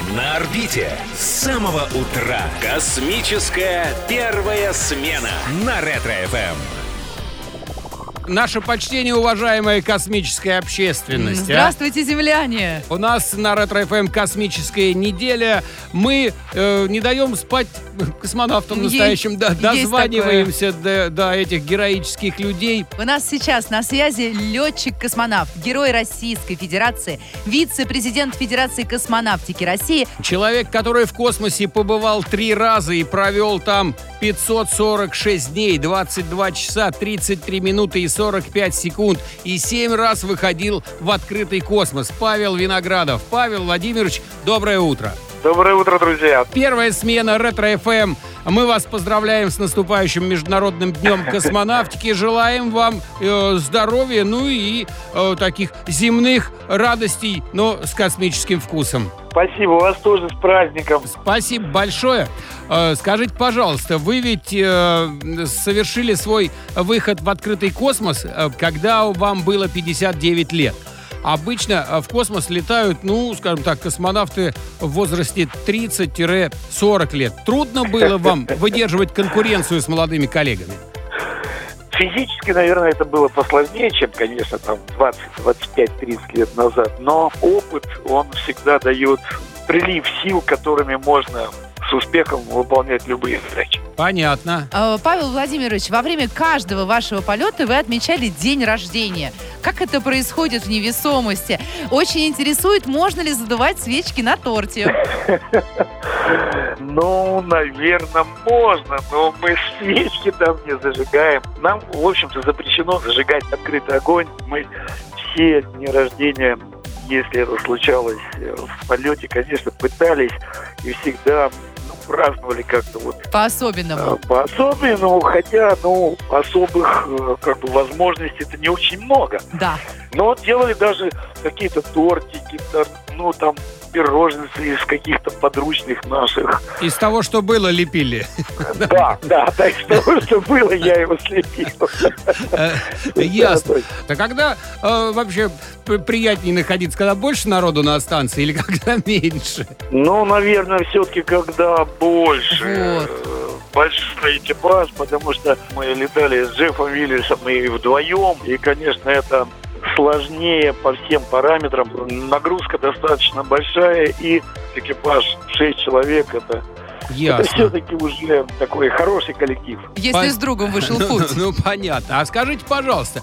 На орбите с самого утра. Космическая первая смена на Ретро-ФМ. Наше почтение, уважаемая космическая общественность. Здравствуйте, земляне! У нас на Ретро-ФМ космическая неделя. Мы не даем спать космонавтам настоящим. Дозваниваемся до этих героических людей. У нас сейчас на связи летчик-космонавт, герой Российской Федерации, вице-президент Федерации космонавтики России. Человек, который в космосе побывал 3 раза и провел там 546 дней, 22 часа, 33 минуты и 45 секунд. И 7 раз выходил в открытый космос. Павел Виноградов. Павел Владимирович, доброе утро. Доброе утро, друзья. Первая смена Ретро-ФМ. Мы вас поздравляем с наступающим Международным днем космонавтики. Желаем вам здоровья, ну и таких земных радостей, но с космическим вкусом. Спасибо, вас тоже с праздником. Спасибо большое. Скажите, пожалуйста, вы ведь совершили свой выход в открытый космос, когда вам было 59 лет. Обычно в космос летают, скажем так, космонавты в возрасте 30-40 лет. Трудно было вам выдерживать конкуренцию с молодыми коллегами? Физически, наверное, это было посложнее, чем, конечно, там 20, 25, 30 лет назад. Но опыт, он всегда дает прилив сил, которыми можно с успехом выполнять любые задачи. Понятно. Павел Владимирович, во время каждого вашего полета вы отмечали день рождения. Как это происходит в невесомости? Очень интересует, можно ли задувать свечки на торте? Наверное, можно, но мы свечки там не зажигаем. Нам, в общем-то, запрещено зажигать открытый огонь. Мы все дни рождения, если это случалось в полете, конечно, пытались и всегда праздновали как-то по-особенному. По-особенному, хотя, особых возможностей-то не очень много. Да. Но делали даже какие-то тортики, пирожницы из каких-то подручных наших. Из того, что было, лепили. Да, из того, что было, я его слепил. Ясно. А когда вообще приятнее находиться, когда больше народу на станции или когда меньше? Наверное, все-таки когда больше. Большой экипаж, потому что мы летали с Джеффом Уиллисом и вдвоем, и, конечно, это сложнее по всем параметрам. Нагрузка достаточно большая, и экипаж 6 человек, это все-таки уже такой хороший коллектив. Если с другом вышел в путь. Понятно. А скажите, пожалуйста,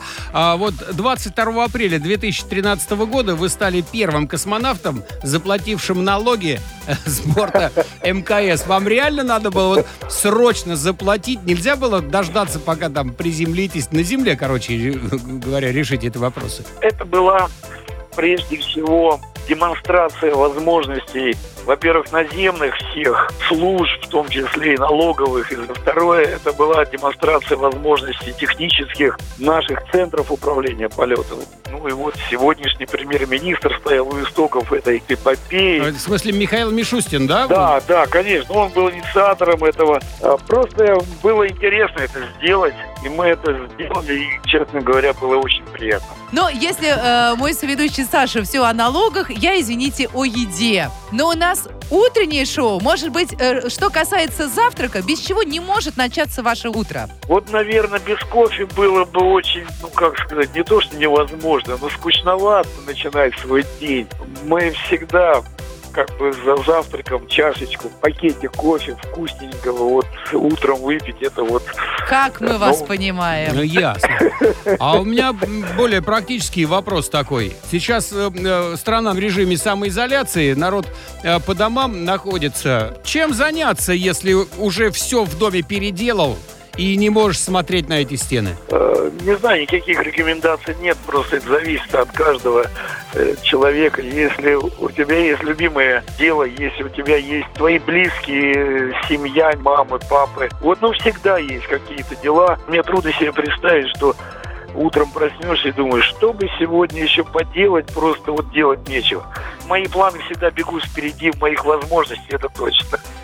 22 апреля 2013 года вы стали первым космонавтом, заплатившим налоги с борта МКС. Вам реально надо было срочно заплатить? Нельзя было дождаться, пока там приземлитесь? На Земле, короче говоря, решить эти вопросы. Это была прежде всего демонстрация возможностей, во-первых, наземных всех служб, в том числе и налоговых. И второе, это была демонстрация возможностей технических наших центров управления полетом. Сегодняшний премьер-министр стоял у истоков этой эпопеи. В смысле, Михаил Мишустин, да? Да, конечно. Он был инициатором этого. Просто было интересно это сделать. И мы это сделали, и, честно говоря, было очень приятно. Но если мой соведущий Саша все о налогах, я, извините, о еде. Но у нас утреннее шоу. Может быть, что касается завтрака, без чего не может начаться ваше утро? Наверное, без кофе было бы очень, не то что невозможно, но скучновато начинать свой день. Мы всегда за завтраком чашечку, пакетик кофе вкусненького утром выпить, это Как мы вас понимаем. Ясно. А у меня более практический вопрос такой. Сейчас страна в режиме самоизоляции, народ по домам находится. Чем заняться, если уже все в доме переделал и не можешь смотреть на эти стены? Не знаю, никаких рекомендаций нет, просто это зависит от каждого человека. Если у тебя есть любимое дело, если у тебя есть твои близкие, семья, мамы, папы, всегда есть какие-то дела. Мне трудно себе представить, что утром проснешься и думаешь, что бы сегодня еще поделать, просто делать нечего. Мои планы всегда бегут впереди моих возможностей, это точно.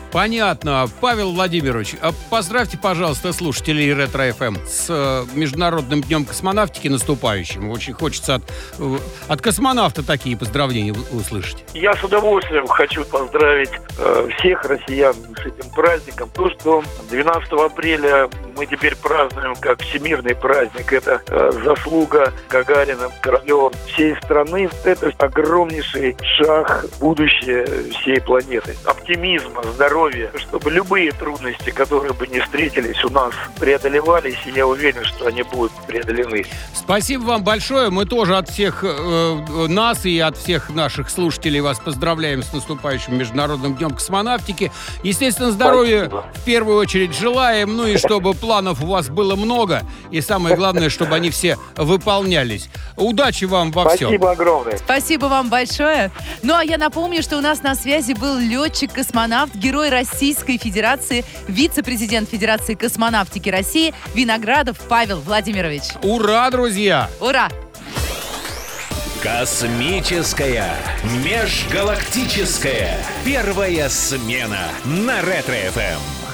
Понятно. Павел Владимирович, поздравьте, пожалуйста, слушателей Ретро-ФМ с Международным днем космонавтики наступающим. Очень хочется от космонавта такие поздравления услышать. Я с удовольствием хочу поздравить всех россиян с этим праздником. То, что 12 апреля мы теперь празднуем как всемирный праздник, это заслуга Гагарина, Королева, всей страны. Это огромнейший шаг в будущее всей планеты. Оптимизма, здоровья, чтобы любые трудности, которые бы не встретились у нас, преодолевались, и я уверен, что они будут преодолены. Спасибо вам большое. Мы тоже от всех нас и от всех наших слушателей вас поздравляем с наступающим Международным днем космонавтики. Естественно, здоровья в первую очередь желаем, ну и чтобы планов у вас было много, и самое главное, чтобы они все выполнялись. Удачи вам во всем. Спасибо огромное. Спасибо вам большое. Ну, а я напомню, что у нас на связи был летчик-космонавт, герой Российской Федерации, вице-президент Федерации космонавтики России Виноградов Павел Владимирович. Ура, друзья! Ура! Космическая, межгалактическая, первая смена на Ретро-ФМ.